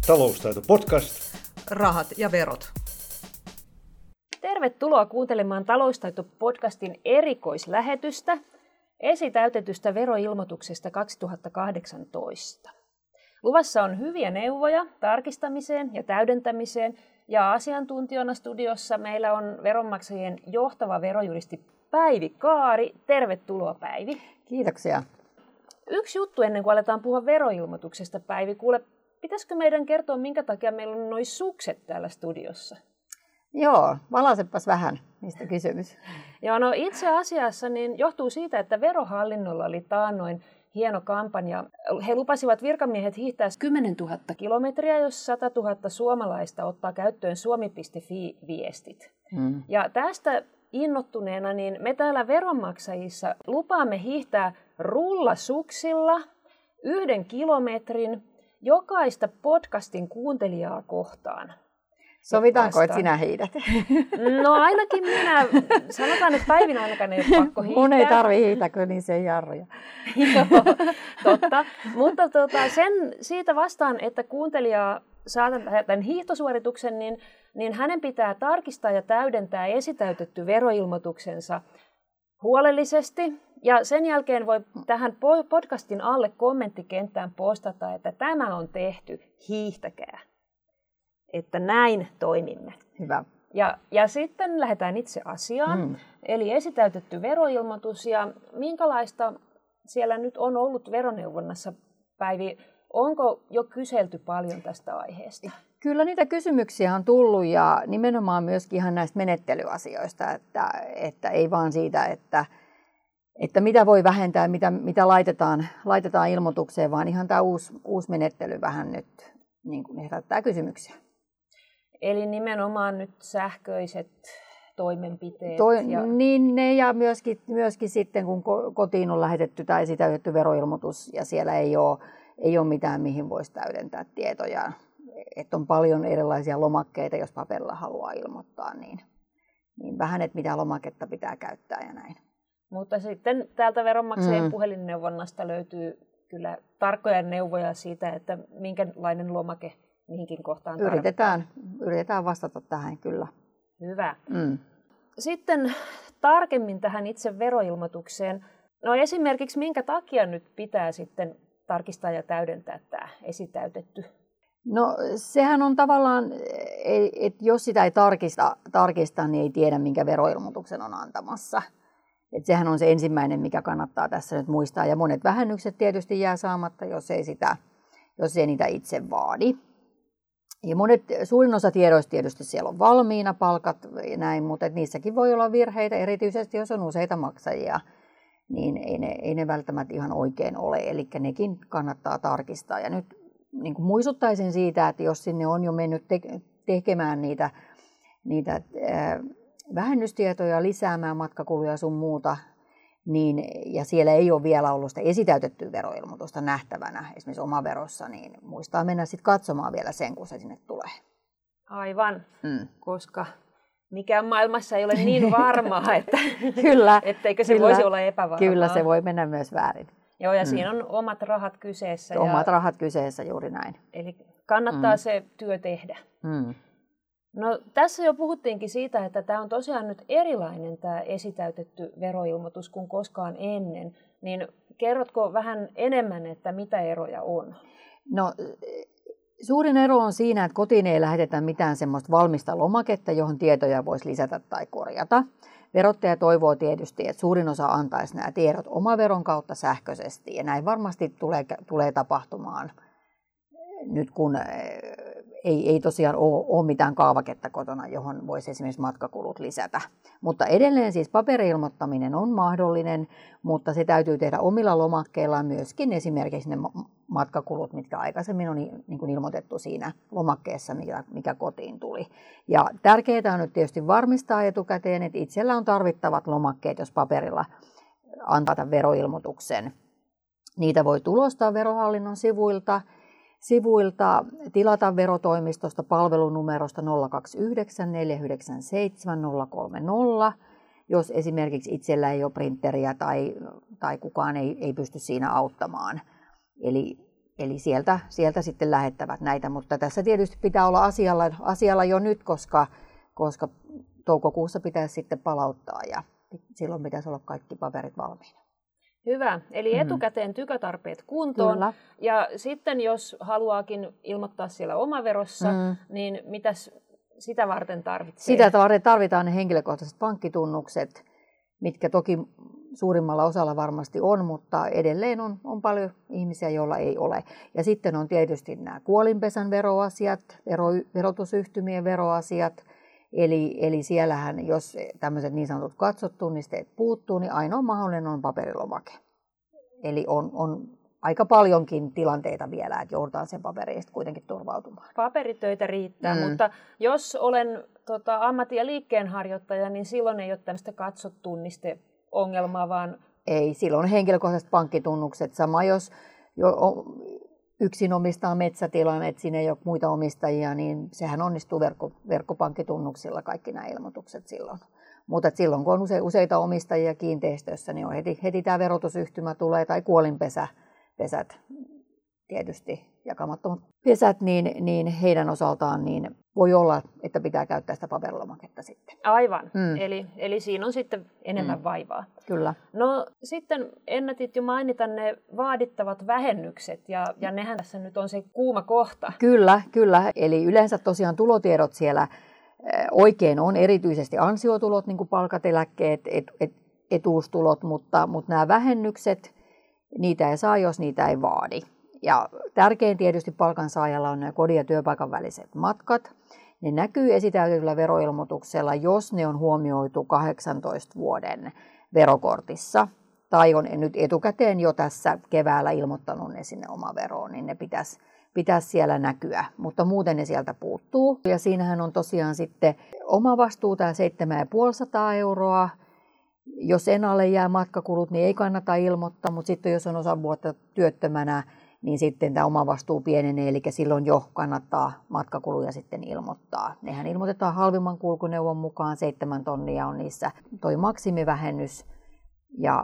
Taloustaito podcast. Rahat ja verot. Tervetuloa kuuntelemaan Taloustaito-podcastin erikoislähetystä esitäytetystä veroilmoituksesta 2018. Luvassa on hyviä neuvoja tarkistamiseen ja täydentämiseen, ja asiantuntijana studiossa meillä on veronmaksajien johtava verojuristi Päivi Kaari. Tervetuloa, Päivi. Kiitoksia. Yksi juttu ennen kuin aletaan puhua veroilmoituksesta, Päivi. Kuule, pitäisikö meidän kertoa, minkä takia meillä on noi sukset täällä studiossa? Joo, valaisepas vähän, mistä kysymys. Joo, no itse asiassa niin johtuu siitä, että Verohallinnolla oli taannoin hieno kampanja. He lupasivat virkamiehet hiihtää 10 000 kilometriä, jos 100 000 suomalaista ottaa käyttöön suomi.fi-viestit. Ja tästä innottuneena niin me täällä veronmaksajissa lupaamme hiihtää rullasuksilla 1 kilometrin jokaista podcastin kuuntelijaa kohtaan. Sovitaanko, että sinä hiidät? No ainakin minä. Sanotaan, että Päivin ainakaan ei ole pakko hiihtää. Mun ei tarvitse hiihtää, kun niin se ei jarruja. Joo, totta. Mutta siitä vastaan, että kuuntelija saa tämän hiihtosuorituksen, niin hänen pitää tarkistaa ja täydentää esitäytetty veroilmoituksensa huolellisesti. Ja sen jälkeen voi tähän podcastin alle kommenttikenttään postata, että tämä on tehty, hiihtäkää. Että näin toimimme. Hyvä. Ja sitten lähdetään itse asiaan, eli esitäytetty veroilmoitus. Ja minkälaista siellä nyt on ollut veroneuvonnassa, Päivi? Onko jo kyselty paljon tästä aiheesta? Kyllä niitä kysymyksiä on tullut ja nimenomaan myöskin ihan näistä menettelyasioista, että ei vaan siitä, että mitä voi vähentää, mitä laitetaan ilmoitukseen, vaan ihan tämä uusi menettely vähän nyt niin kuin herättää kysymyksiä. Eli nimenomaan nyt sähköiset toimenpiteet. Niin ne ja myöskin sitten, kun kotiin on lähetetty tai esitäytetty veroilmoitus ja siellä ei ole mitään, mihin voisi täydentää tietoja. Että on paljon erilaisia lomakkeita, jos paperilla haluaa ilmoittaa, niin vähän, että mitä lomaketta pitää käyttää ja näin. Mutta sitten täältä veronmaksajien puhelinneuvonnasta löytyy kyllä tarkkoja neuvoja siitä, että minkälainen lomake mihinkin kohtaan tarvitaan. Yritetään vastata tähän, kyllä. Hyvä. Sitten tarkemmin tähän itse veroilmoitukseen. No esimerkiksi minkä takia nyt pitää sitten tarkistaa ja täydentää tämä esitäytetty? No sehän on tavallaan, että jos sitä ei tarkista, niin ei tiedä, minkä veroilmoituksen on antamassa. Et sehän on se ensimmäinen, mikä kannattaa tässä nyt muistaa. Ja monet vähennykset tietysti jää saamatta, jos ei niitä itse vaadi. Ja suurin osa tiedoista tietysti siellä on valmiina, palkat ja näin, mutta niissäkin voi olla virheitä, erityisesti jos on useita maksajia, niin ei ne välttämättä ihan oikein ole. Eli nekin kannattaa tarkistaa. Ja nyt niin kuin muistuttaisin siitä, että jos sinne on jo mennyt tekemään niitä vähennystietoja, lisäämään matkakuluja sun muuta, ja siellä ei ole vielä ollut sitä esitäytettyä veroilmoitusta nähtävänä, esimerkiksi omaverossa, niin muistaa mennä sitten katsomaan vielä sen, kun se sinne tulee. Aivan, koska mikään maailmassa ei ole niin varmaa, että etteikö se voisi olla epävarmaa. Kyllä, se voi mennä myös väärin. Joo, ja siinä on omat rahat kyseessä. Omat rahat kyseessä, juuri näin. Eli kannattaa se työ tehdä. No tässä jo puhuttiinkin siitä, että tämä on tosiaan nyt erilainen tämä esitäytetty veroilmoitus kuin koskaan ennen. Niin kerrotko vähän enemmän, että mitä eroja on? No suurin ero on siinä, että kotiin ei lähetetä mitään semmoista valmista lomaketta, johon tietoja voisi lisätä tai korjata. Verottaja toivoo tietysti, että suurin osa antaisi nämä tiedot omaveron kautta sähköisesti. Ja näin varmasti tulee tapahtumaan nyt, kun ei tosiaan ole mitään kaavaketta kotona, johon voisi esimerkiksi matkakulut lisätä. Mutta edelleen siis paperi-ilmoittaminen on mahdollinen, mutta se täytyy tehdä omilla lomakkeillaan myöskin esimerkiksi ne matkakulut, mitkä aikaisemmin on niin kuin ilmoitettu siinä lomakkeessa, mikä kotiin tuli. Ja tärkeää on nyt tietysti varmistaa etukäteen, että itsellä on tarvittavat lomakkeet, jos paperilla antaa tämän veroilmoituksen. Niitä voi tulostaa Verohallinnon sivuilta, tilata verotoimistosta palvelunumerosta 029 497 030, jos esimerkiksi itsellä ei ole printeriä tai kukaan ei pysty siinä auttamaan. Eli Eli sieltä sitten lähettävät näitä, mutta tässä tietysti pitää olla asialla jo nyt, koska toukokuussa pitäisi sitten palauttaa ja silloin pitäisi olla kaikki paperit valmiina. Hyvä. Eli etukäteen tykötarpeet kuntoon. Kyllä. Ja sitten jos haluaakin ilmoittaa siellä omaverossa, niin mitäs sitä varten tarvitsee? Sitä varten tarvitaan ne henkilökohtaiset pankkitunnukset, mitkä toki suurimmalla osalla varmasti on, mutta edelleen on paljon ihmisiä, joilla ei ole. Ja sitten on tietysti nämä kuolinpesän veroasiat, verotusyhtymien veroasiat. Eli siellähän, jos tämmöiset niin sanotut katsottunnisteet puuttuu, niin ainoa mahdollinen on paperilomake. Eli on aika paljonkin tilanteita vielä, että joudutaan sen paperiin kuitenkin turvautumaan. Paperitöitä riittää, mutta jos olen ammatti- ja liikkeenharjoittaja, niin silloin ei ole tämmöistä katsottunnisteongelmaa, vaan... Ei, silloin henkilökohtaiset pankkitunnukset. Sama jos yksin omistaa metsätilan, että siinä ei ole muita omistajia, niin sehän onnistuu verkkopankkitunnuksilla kaikki nämä ilmoitukset silloin. Mutta silloin kun on useita omistajia kiinteistössä, niin on heti tämä verotusyhtymä tulee tai kuolinpesät tietysti, jakamattomat pesät, niin heidän osaltaan niin voi olla, että pitää käyttää sitä paperilomaketta sitten. Aivan, eli siinä on sitten enemmän vaivaa. Kyllä. No sitten ennätit jo mainita ne vaadittavat vähennykset ja nehän tässä nyt on se kuuma kohta. Kyllä. Eli yleensä tosiaan tulotiedot siellä oikein on erityisesti ansiotulot, niin kuin palkat, eläkkeet, etuustulot, mutta nämä vähennykset, niitä ei saa, jos niitä ei vaadi. Ja tärkein tietysti palkansaajalla on nämä kodin ja työpaikan väliset matkat. Ne näkyy esitäytetyllä veroilmoituksella, jos ne on huomioitu 18 vuoden verokortissa. Tai on nyt etukäteen jo tässä keväällä ilmoittanut ne sinne omaveroon, niin ne pitäisi siellä näkyä. Mutta muuten ne sieltä puuttuu. Ja siinähän on tosiaan sitten omavastuu tämä 750 €. Jos en alle jää matkakulut, niin ei kannata ilmoittaa, mutta sitten jos on osa vuotta työttömänä, niin sitten tämä omavastuu pienenee, eli silloin jo kannattaa matkakuluja sitten ilmoittaa. Nehän ilmoitetaan halvimman kulkuneuvon mukaan, 7 tonnia on niissä toi maksimivähennys, ja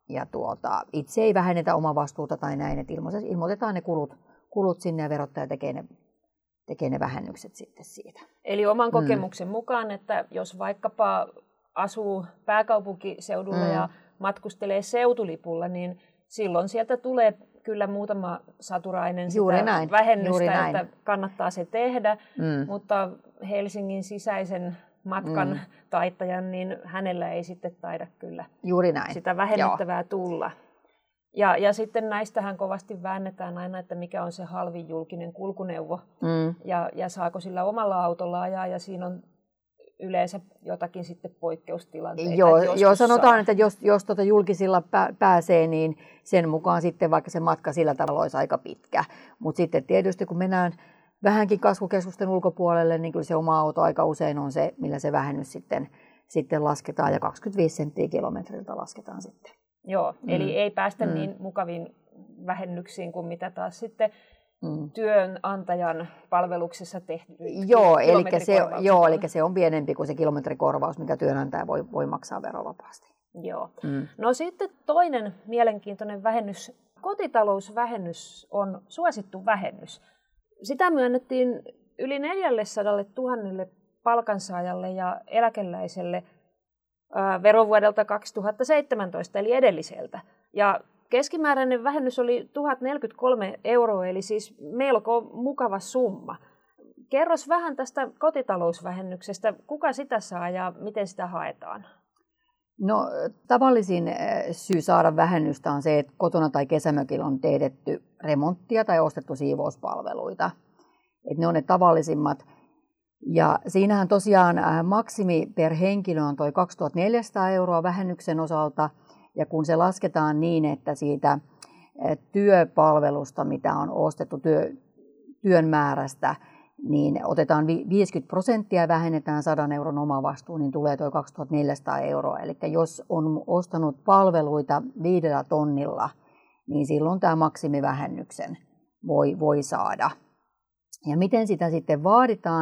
itse ei vähennetä omavastuuta tai näin, että ilmoitetaan ne kulut sinne ja verottaja tekee ne vähennykset sitten siitä. Eli oman kokemuksen mukaan, että jos vaikkapa asuu pääkaupunkiseudulla ja matkustelee seutulipulla, niin silloin sieltä tulee kyllä muutama saturainen sitä vähennystä, että kannattaa se tehdä, mutta Helsingin sisäisen matkan taittajan, niin hänellä ei sitten taida kyllä sitä vähennettävää tulla. Ja sitten näistähän kovasti väännetään aina, että mikä on se halvin julkinen kulkuneuvo ja saako sillä omalla autolla ajaa, ja siinä on yleensä jotakin sitten poikkeustilanteita. Joo, sanotaan, että jos julkisilla pääsee, niin sen mukaan sitten vaikka se matka sillä tavalla olisi aika pitkä. Mutta sitten tietysti kun mennään vähänkin kasvukeskusten ulkopuolelle, niin kyllä se oma auto aika usein on se, millä se vähennys sitten lasketaan, ja 25 senttiä kilometriltä lasketaan sitten. Joo, eli ei päästä niin mukaviin vähennyksiin kuin mitä taas sitten työnantajan palveluksessa tehty. Eli se on pienempi kuin se kilometrikorvaus, mikä työnantaja voi maksaa verovapaasti. Joo. No sitten toinen mielenkiintoinen vähennys. Kotitalousvähennys on suosittu vähennys. Sitä myönnettiin yli 400 000 palkansaajalle ja eläkeläiselle verovuodelta 2017, eli edelliseltä. Ja keskimääräinen vähennys oli 1 043 €, eli siis melko mukava summa. Kerros vähän tästä kotitalousvähennyksestä. Kuka sitä saa ja miten sitä haetaan? No, tavallisin syy saada vähennystä on se, että kotona tai kesämökillä on teetetty remonttia tai ostettu siivouspalveluita. Että ne on ne tavallisimmat. Ja siinähän tosiaan maksimi per henkilö on toi 2 400 € vähennyksen osalta. Ja kun se lasketaan niin, että siitä työpalvelusta, mitä on ostettu työn määrästä, niin otetaan 50% ja vähennetään 100 € omavastuu, niin tulee tuo 2 400 €. Eli jos on ostanut palveluita 5 tonnilla, niin silloin tämä maksimivähennyksen voi saada. Ja miten sitä sitten vaaditaan,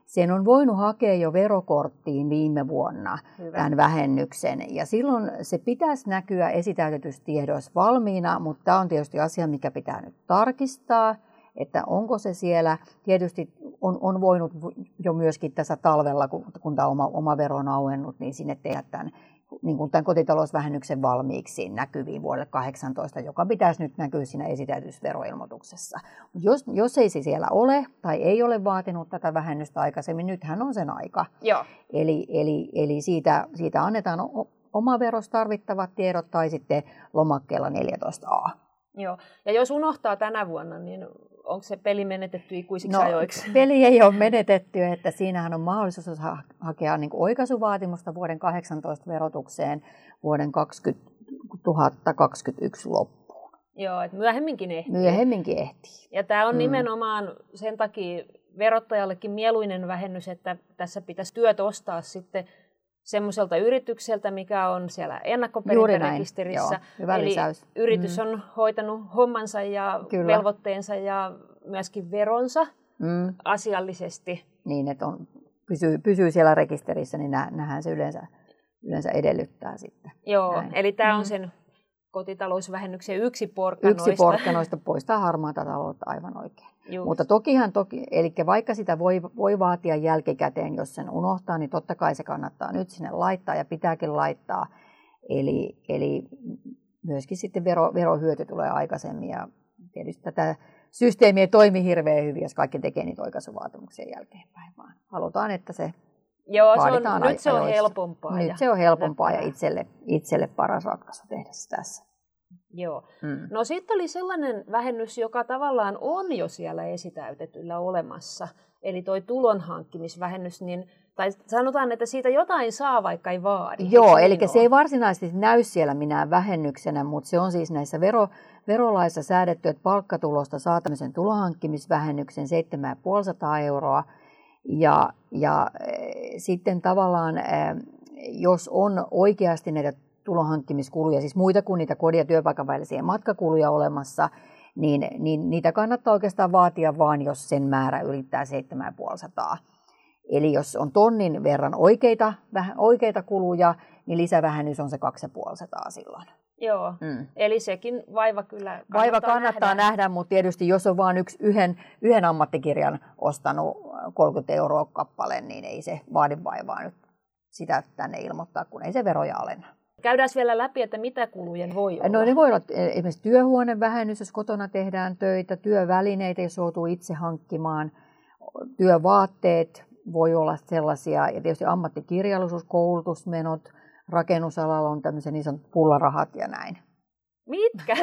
sen on voinut hakea jo verokorttiin viime vuonna tämän vähennyksen. Ja silloin se pitäisi näkyä esitäytetystiedoissa valmiina, mutta tämä on tietysti asia, mikä pitää nyt tarkistaa, että onko se siellä. Tietysti on voinut jo myöskin tässä talvella, kun tämä oma vero on auennut, niin sinne tehdä tämän kotitalousvähennyksen valmiiksi näkyviin vuodelle 2018, joka pitäisi nyt näkyä siinä esitäytysveroilmoituksessa. Jos ei se siellä ole tai ei ole vaatinut tätä vähennystä aikaisemmin, nythän on sen aika. Joo. Eli siitä annetaan omaverossa tarvittavat tiedot tai sitten lomakkeella 14a. Joo. Ja jos unohtaa tänä vuonna, niin onko se peli menetetty ikuisiksi ajoiksi? Peli ei ole menetetty, että siinähän on mahdollisuus hakea niin kuin oikaisuvaatimusta vuoden 2018 verotukseen vuoden 2021 loppuun. Joo, että myöhemminkin ehtii. Myöhemminkin ehtii. Ja tämä on nimenomaan sen takia verottajallekin mieluinen vähennys, että tässä pitäisi työt ostaa sitten semmoiselta yritykseltä, mikä on siellä ennakkoperintärekisterissä. Hyvä eli lisäys. Yritys on hoitanut hommansa ja velvoitteensa ja myöskin veronsa asiallisesti. Niin, että pysyy siellä rekisterissä, niin nähdään se yleensä edellyttää sitten. Joo, näin. Eli tämä on sen kotitalousvähennyksen yksi porkkanoista. Yksi porkkanoista poistaa harmaata taloutta aivan oikein. Just. Mutta toki, eli vaikka sitä voi vaatia jälkikäteen, jos sen unohtaa, niin totta kai se kannattaa nyt sinne laittaa ja pitääkin laittaa. Eli myöskin sitten verohyöty tulee aikaisemmin ja tietysti tätä systeemi ei toimi hirveän hyvin, jos kaikki tekee niitä oikaisuvaatimuksia jälkeenpäin, vaan halutaan, että se vaaditaan nyt se on helpompaa. Nyt se on helpompaa ja itselle paras ratkaisu tehdä se tässä. Joo. No sitten oli sellainen vähennys, joka tavallaan on jo siellä esitäytetyllä olemassa, eli toi tulonhankkimisvähennys, tai sanotaan, että siitä jotain saa, vaikka ei vaadi. Joo, eli se ei varsinaisesti näy siellä minään vähennyksenä, mutta se on siis näissä verolaissa säädetty, että palkkatulosta saa tämmöisen tulonhankkimisvähennyksen 750 euroa, ja sitten tavallaan, jos on oikeasti näitä tulonhankkimiskuluja, siis muita kuin niitä kodin ja työpaikan välisiä matkakuluja olemassa, niin niitä kannattaa oikeastaan vaatia vaan, jos sen määrä ylittää 750. Eli jos on tonnin verran oikeita kuluja, niin lisävähennys on se 250 silloin. Joo, eli sekin vaiva kyllä kannattaa nähdä, mutta tietysti jos on vain yhden ammattikirjan ostanut 30 euroa kappale, niin ei se vaadi vaivaa nyt sitä tänne ilmoittaa, kun ei se veroja alenna. Käydään vielä läpi, että mitä kulujen voi olla. No ne voi olla esimerkiksi työhuonevähennys, jos kotona tehdään töitä, työvälineitä, jos joutuu itse hankkimaan, työvaatteet voi olla sellaisia, ja tietysti ammattikirjallisuus, koulutusmenot, rakennusalalla on tämmöisen ison pullarahat ja näin. Mitkä?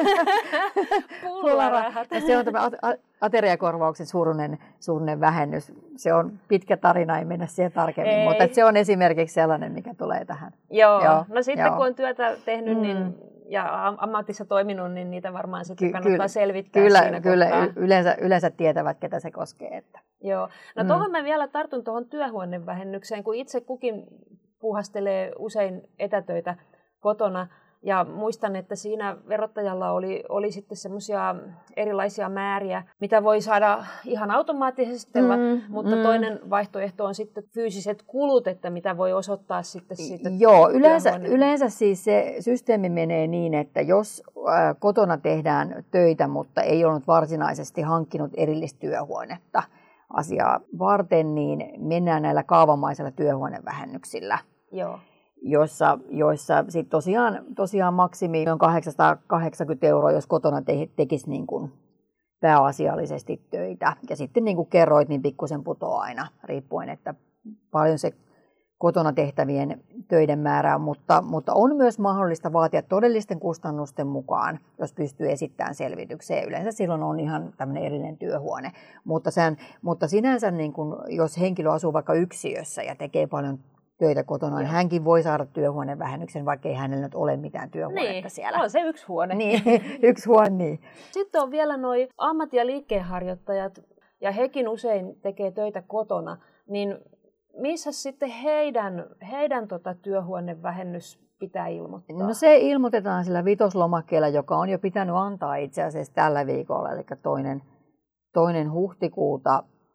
Pullarahat. Se on tämä ateriakorvauksen suuruinen vähennys. Se on pitkä tarina, ei mennä siihen tarkemmin, mutta se on esimerkiksi sellainen, mikä tulee tähän. Joo. No sitten kun on työtä tehnyt ja ammatissa toiminut, niin niitä varmaan sitten kannattaa selvittää siinä Kyllä, yleensä tietävät, ketä se koskee. Että. Joo. No tuohon mä vielä tartun tuohon työhuonevähennykseen, kun itse kukin puuhastelee usein etätöitä kotona. Ja muistan, että siinä verottajalla oli sitten semmoisia erilaisia määriä, mitä voi saada ihan automaattisesti, mutta toinen vaihtoehto on sitten fyysiset kulut, että mitä voi osoittaa sitten siitä. Joo, yleensä siis se systeemi menee niin, että jos kotona tehdään töitä, mutta ei ollut varsinaisesti hankkinut erillistä työhuonetta asiaa varten, niin mennään näillä kaavamaisilla työhuonevähennyksillä. Joo. Joissa sit tosiaan maksimi on 880 euroa, jos kotona tekisi niin kuin pääasiallisesti töitä. Ja sitten niin kuin kerroit, niin pikkusen putoaa aina, riippuen, että paljon se kotona tehtävien töiden määrää, mutta on myös mahdollista vaatia todellisten kustannusten mukaan, jos pystyy esittämään selvitykseen. Yleensä silloin on ihan tämmöinen erillinen työhuone. Mutta sinänsä, niin kun, jos henkilö asuu vaikka yksiössä ja tekee paljon töitä kotona, niin hänkin voi saada työhuonevähennyksen, vaikka ei hänellä nyt ole mitään työhuonetta siellä. On se yksi huone. Niin, yksi huone, niin. Sitten on vielä nuo ammatti- ja liikkeenharjoittajat, ja hekin usein tekee töitä kotona, niin missä sitten heidän työhuonevähennys pitää ilmoittaa? No se ilmoitetaan sillä vitoslomakkeella, joka on jo pitänyt antaa itse asiassa tällä viikolla, eli toinen huhtikuuta.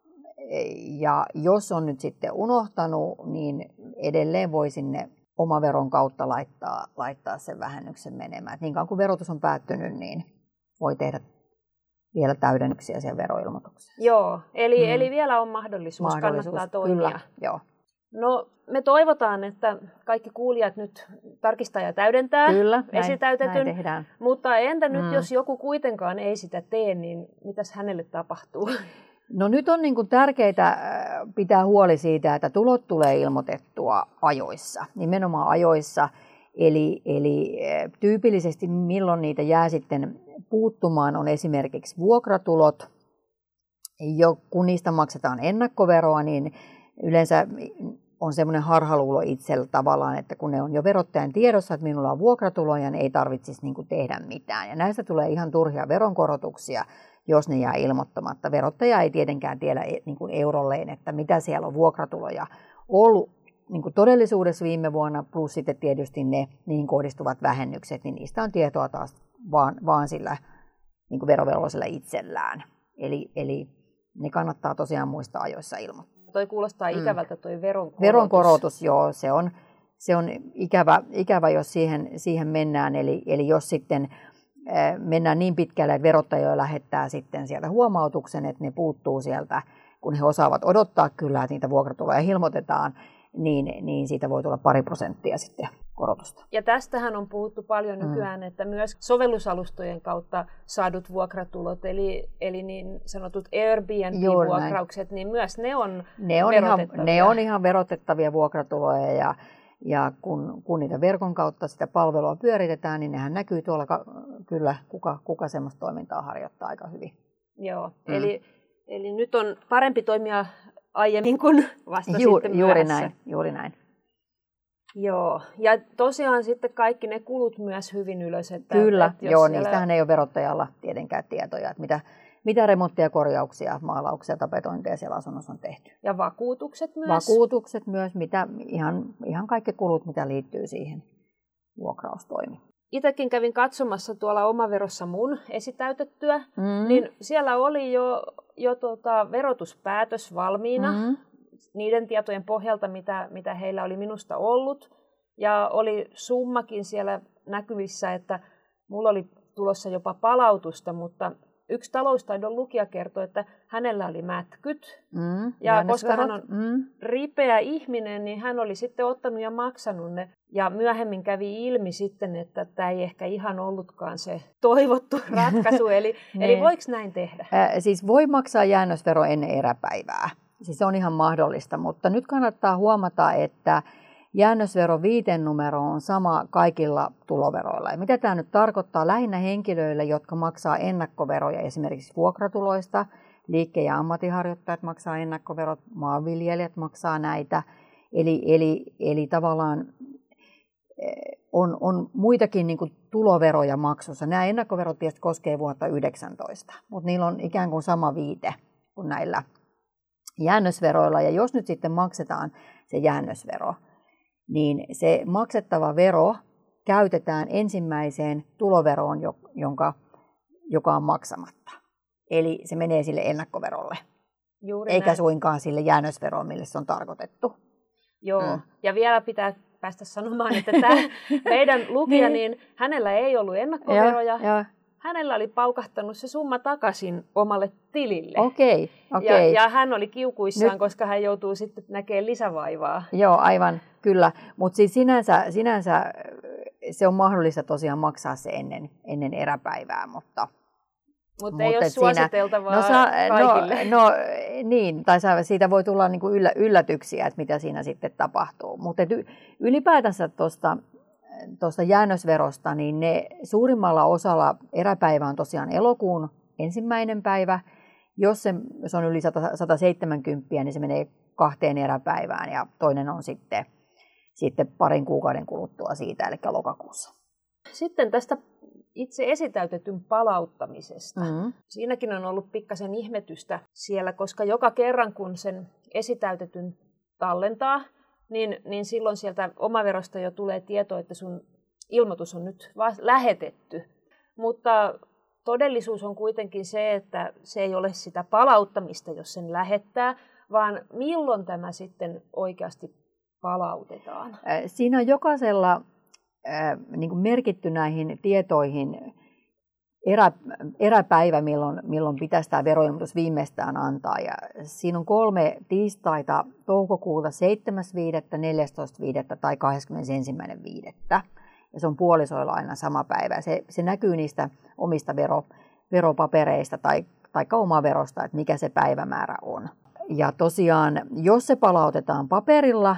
Ja jos on nyt sitten unohtanut, niin edelleen voi sinne omaveron kautta laittaa sen vähennyksen menemään. Et niin kauan kuin verotus on päättynyt, niin voi tehdä vielä täydennyksiä siihen veroilmoitukseen. Joo, eli vielä on mahdollisuus kannattaa toimia. Kyllä, joo. No, me toivotaan, että kaikki kuulijat nyt tarkistaa ja täydentää esitäytetyn. Näin tehdään. Mutta entä nyt, jos joku kuitenkaan ei sitä tee, niin mitäs hänelle tapahtuu? No nyt on niin kuin tärkeää pitää huoli siitä, että tulot tulee ilmoitettua ajoissa, nimenomaan ajoissa. Eli tyypillisesti milloin niitä jää sitten puuttumaan on esimerkiksi vuokratulot. Kun niistä maksetaan ennakkoveroa, niin yleensä on semmoinen harhaluulo itsellä tavallaan, että kun ne on jo verottajan tiedossa, että minulla on vuokratuloja, niin ei tarvitsisi niin kuin tehdä mitään. Ja näistä tulee ihan turhia veronkorotuksia, jos ne jää ilmoittamatta. Verottaja ei tietenkään tiedä niin kuin eurolleen, että mitä siellä on vuokratuloja ollut niin kuin todellisuudessa viime vuonna, plus sitten tietysti niihin kohdistuvat vähennykset, niin niistä on tietoa taas vaan sillä niin kuin verovelvollisella itsellään. Eli ne kannattaa tosiaan muistaa ajoissa ilmoittaa. Toi kuulostaa ikävältä toi veronkorotus. Veronkorotus, joo, se on ikävä, jos siihen mennään. Eli jos sitten mennään niin pitkälle, että verottaja lähettää sitten sieltä huomautuksen, että ne puuttuu sieltä, kun he osaavat odottaa kyllä, että niitä vuokratuloja ilmoitetaan, niin siitä voi tulla 2% sitten korotusta. Ja tästähän on puhuttu paljon nykyään, että myös sovellusalustojen kautta saadut vuokratulot, eli niin sanotut Airbnb-vuokraukset, niin myös ne on verotettavia. Ne on ihan verotettavia vuokratuloja, ja kun niitä verkon kautta sitä palvelua pyöritetään, niin nehän näkyy tuolla kyllä, kuka semmoista toimintaa harjoittaa aika hyvin. Joo, eli nyt on parempi toimia aiemmin kuin vasta sitten myöhässä. Juuri näin. Joo, ja tosiaan sitten kaikki ne kulut myös hyvin ylös. Kyllä, niistähän ei ole verottajalla tietenkään tietoja, että mitä remontteja, korjauksia, maalauksia, tapetointeja siellä asunnossa on tehty. Ja vakuutukset myös. Vakuutukset myös, ihan kaikki kulut, mitä liittyy siihen vuokraustoimiin. Itsekin kävin katsomassa tuolla Omaverossa mun esitäytettyä, niin siellä oli jo verotuspäätös valmiina niiden tietojen pohjalta, mitä heillä oli minusta ollut. Ja oli summakin siellä näkyvissä, että mulla oli tulossa jopa palautusta, mutta yksi taloustaidon lukija kertoi, että hänellä oli mätkyt. Ja koska hän on ripeä ihminen, niin hän oli sitten ottanut ja maksanut ne. Ja myöhemmin kävi ilmi sitten, että tämä ei ehkä ihan ollutkaan se toivottu ratkaisu. Eli voiko näin tehdä? Siis voi maksaa jäännösvero ennen eräpäivää. Siis se on ihan mahdollista, mutta nyt kannattaa huomata, että jäännösveron viitenumero on sama kaikilla tuloveroilla. Ja mitä tämä nyt tarkoittaa? Lähinnä henkilöille, jotka maksaa ennakkoveroja esimerkiksi vuokratuloista, liikke- ja ammatinharjoittajat maksaa ennakkoverot, maanviljelijät maksaa näitä. Eli tavallaan on muitakin niin kuin tuloveroja maksussa. Nämä ennakkoverot tietysti koskee vuotta 2019, mutta niillä on ikään kuin sama viite kuin näillä jäännösveroilla. Ja jos nyt sitten maksetaan se jäännösvero, niin se maksettava vero käytetään ensimmäiseen tuloveroon, joka on maksamatta. Eli se menee sille ennakkoverolle, eikä suinkaan sille jäännösveroon, mille se on tarkoitettu. Joo, ja vielä pitää päästä sanomaan, että tämä meidän lukija, niin hänellä ei ollut ennakkoveroja. Hänellä oli paukahtanut se summa takaisin omalle tilille. Okei. Ja hän oli kiukuissaan, koska hän joutuu sitten näkemään lisävaivaa. Joo, aivan, kyllä. Mutta siis sinänsä se on mahdollista tosiaan maksaa se ennen eräpäivää, mutta ei ole suositeltavaa kaikille. Niin, tai siitä voi tulla niinku yllätyksiä, että mitä siinä sitten tapahtuu. Mutta ylipäätänsä tuosta jäännösverosta, niin ne suurimmalla osalla eräpäivä on tosiaan elokuun 1. päivä. Jos se on yli 170, niin se menee 2 eräpäivään ja toinen on sitten parin kuukauden kuluttua siitä, eli lokakuussa. Sitten tästä itse esitäytetyn palauttamisesta. Siinäkin on ollut pikkasen ihmetystä siellä, koska joka kerran kun sen esitäytetyn tallentaa, niin silloin sieltä Omaverosta jo tulee tieto, että sun ilmoitus on nyt lähetetty. Mutta todellisuus on kuitenkin se, että se ei ole sitä palauttamista, jos sen lähettää, vaan milloin tämä sitten oikeasti palautetaan? Siinä on jokaisella niin kuin merkitty näihin tietoihin eräpäivä, milloin pitäisi tämä veroilmoitus viimeistään antaa. Ja siinä on 3 tiistaita toukokuuta, 7.5., 14.5. tai 21.5. Ja se on puolisoilla aina sama päivä. Se näkyy niistä omista veropapereista tai omaverosta, että mikä se päivämäärä on. Ja tosiaan, jos se palautetaan paperilla,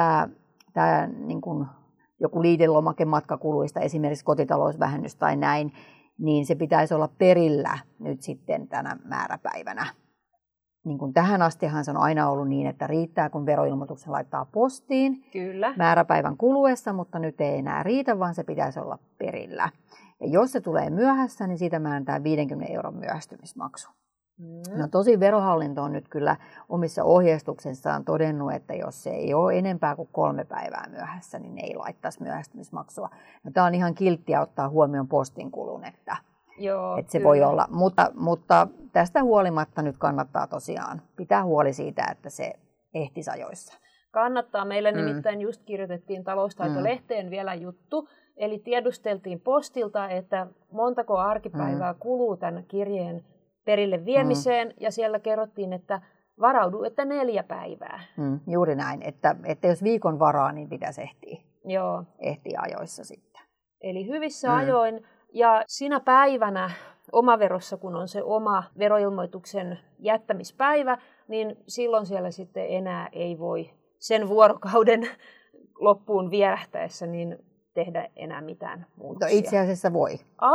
tämä niin kuin joku liidelomake matkakuluista, esimerkiksi kotitalousvähennys tai näin, niin se pitäisi olla perillä nyt sitten tänä määräpäivänä. Niin kuin tähän astihan se on aina ollut niin, että riittää, kun veroilmoituksen laittaa postiin. Kyllä. Määräpäivän kuluessa, mutta nyt ei enää riitä, vaan se pitäisi olla perillä. Ja jos se tulee myöhässä, niin siitä määrätään 50 € myöhästymismaksu. No tosi Verohallinto on nyt kyllä omissa ohjeistuksissaan todennut, että jos se ei ole enempää kuin 3 päivää myöhässä, niin ne ei laittaisi myöhästymismaksua. No, tämä on ihan kilttiä ottaa huomioon postin kulun, että se voi olla. Mutta tästä huolimatta nyt kannattaa tosiaan pitää huoli siitä, että se ehtisi ajoissa. Kannattaa. Meille nimittäin just kirjoitettiin Taloustaito-lehteen vielä juttu. Eli tiedusteltiin postilta, että montako arkipäivää kuluu tämän kirjeen perille viemiseen, ja siellä kerrottiin, että varaudu, että 4 päivää. Juuri näin, että jos viikon varaa, niin pitäisi ehtiä ajoissa sitten. Eli hyvissä ajoin, ja sinä päivänä omaverossa, kun on se oma veroilmoituksen jättämispäivä, niin silloin siellä sitten enää ei voi sen vuorokauden loppuun vierähtäessä niin tehdä enää mitään muutoksia. No itse asiassa voi.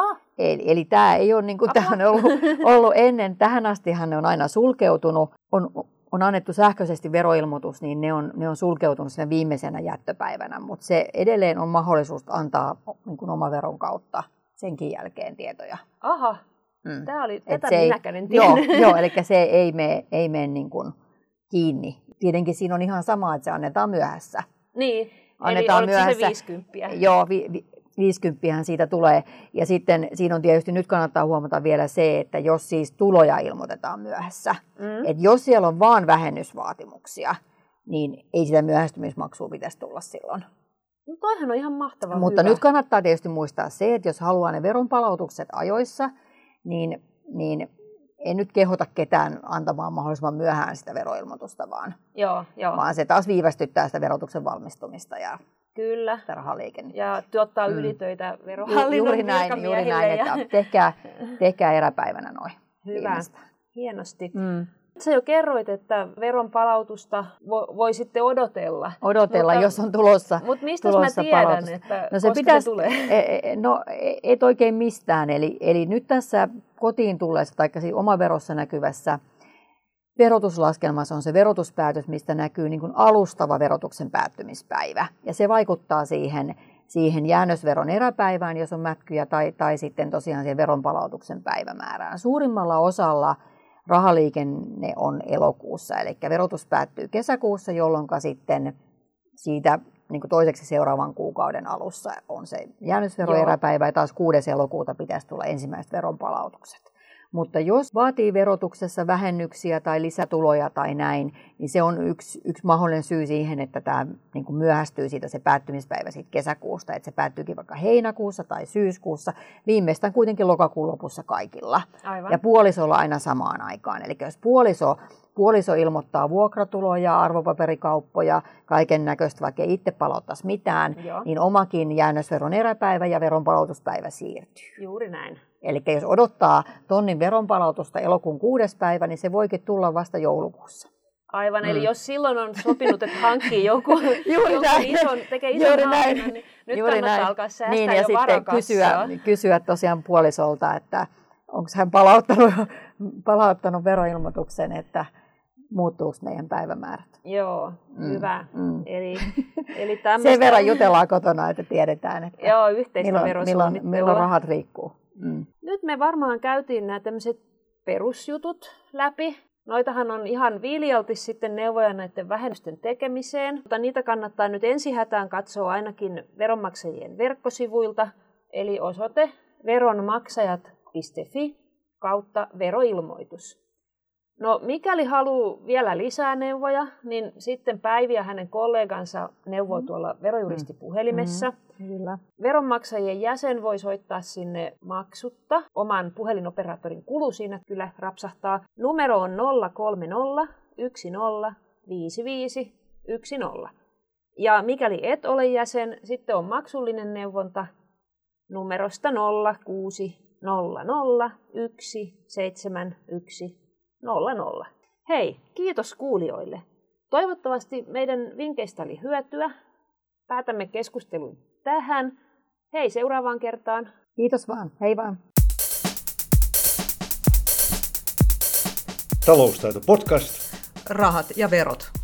Eli tämä ei ole niin kuin tämä on ollut ennen. Tähän astihan ne on aina sulkeutunut. On annettu sähköisesti veroilmoitus, niin ne on sulkeutunut sen viimeisenä jättöpäivänä. Mutta se edelleen on mahdollisuus antaa niin kuin omaveron kautta senkin jälkeen tietoja. Aha, tätä minäkään en tiedä. Joo, eli se ei mene niin kuin kiinni. Tietenkin siinä on ihan sama, että se annetaan myöhässä. Niin. Annetaan eli oliko se 50? Joo, 50 siitä tulee. Ja sitten siinä on tietysti, nyt kannattaa huomata vielä se, että jos siis tuloja ilmoitetaan myöhässä, että jos siellä on vaan vähennysvaatimuksia, niin ei sitä myöhästymismaksua pitäisi tulla silloin. No toihan on ihan mahtavaa. Mutta nyt kannattaa tietysti muistaa se, että jos haluaa ne veronpalautukset ajoissa, niin en nyt kehota ketään antamaan mahdollisimman myöhään sitä veroilmoitusta, vaan se taas viivästyttää sitä verotuksen valmistumista ja kyllä. Rahaliikennettä. Ja tuottaa ylitöitä Verohallinnon virkamiehille. Juuri näin, että tehkää eräpäivänä noin. Hyvä, hienosti. Sä jo kerroit, että veron palautusta voi sitten odotella. Mutta, jos on tulossa. Mutta mistä mä tiedän, palautus. Että koska se tulee? No et oikein mistään. Eli nyt tässä kotiin tulleessa tai omaverossa näkyvässä verotuslaskelmassa on se verotuspäätös, mistä näkyy niin kuin alustava verotuksen päättymispäivä. Ja se vaikuttaa siihen jäännösveron eräpäivään, jos on mätkyjä, tai sitten tosiaan siihen veronpalautuksen päivämäärään. Suurimmalla osalla rahaliikenne on elokuussa, eli verotus päättyy kesäkuussa, jolloin sitten siitä niin kuin toiseksi seuraavan kuukauden alussa on se jäännösveroeräpäivä, ja taas 6. elokuuta pitäisi tulla ensimmäiset veronpalautukset. Mutta jos vaatii verotuksessa vähennyksiä tai lisätuloja tai näin, niin se on yksi mahdollinen syy siihen, että tämä niin kuin myöhästyy siitä se päättymispäivä siitä kesäkuusta, että se päättyykin vaikka heinäkuussa tai syyskuussa, viimeistään kuitenkin lokakuun lopussa kaikilla. Aivan. Ja puolisolla aina samaan aikaan. Eli jos puoliso ilmoittaa vuokratuloja, arvopaperikauppoja, kaiken näköistä, vaikka ei itse palauttaisi mitään, niin omakin jäännösveron eräpäivä ja veronpalautuspäivä siirtyy. Juuri näin. Eli jos odottaa tonnin veronpalautusta elokuun 6. päivä, niin se voikin tulla vasta joulukuussa. Aivan, eli jos silloin on sopinut, että hankkii tekee ison hankinnan, niin nyt kannattaa alkaa säästää jo varakassaa. Sitten kysyä tosiaan puolisolta, että onko hän palauttanut veroilmoituksen, että muuttuuko meidän päivämäärät. Joo, hyvä. Eli sen verran jutellaan kotona, että tiedetään, että yhteistä verosuunnittelua. Milloin rahat riikkuu. Nyt me varmaan käytiin nämä tämmöiset perusjutut läpi. Noitahan on ihan viljalti sitten neuvoja näiden vähennysten tekemiseen, mutta niitä kannattaa nyt ensihätään katsoa ainakin veronmaksajien verkkosivuilta, eli osoite veronmaksajat.fi/veroilmoitus. No mikäli haluaa vielä lisää neuvoja, niin sitten Päivi ja hänen kollegansa neuvoo tuolla verojuristipuhelimessa. Kyllä. Veronmaksajien jäsen voi soittaa sinne maksutta. Oman puhelinoperaattorin kulu siinä kyllä rapsahtaa. Numero on 030 10 55 10. Ja mikäli et ole jäsen, sitten on maksullinen neuvonta numerosta 0600 171 00. Hei, kiitos kuulijoille. Toivottavasti meidän vinkkeistä oli hyötyä. Päätämme keskustelun tähän. Hei, seuraavaan kertaan. Kiitos vaan. Hei vaan. Taloustaito podcast. Rahat ja verot.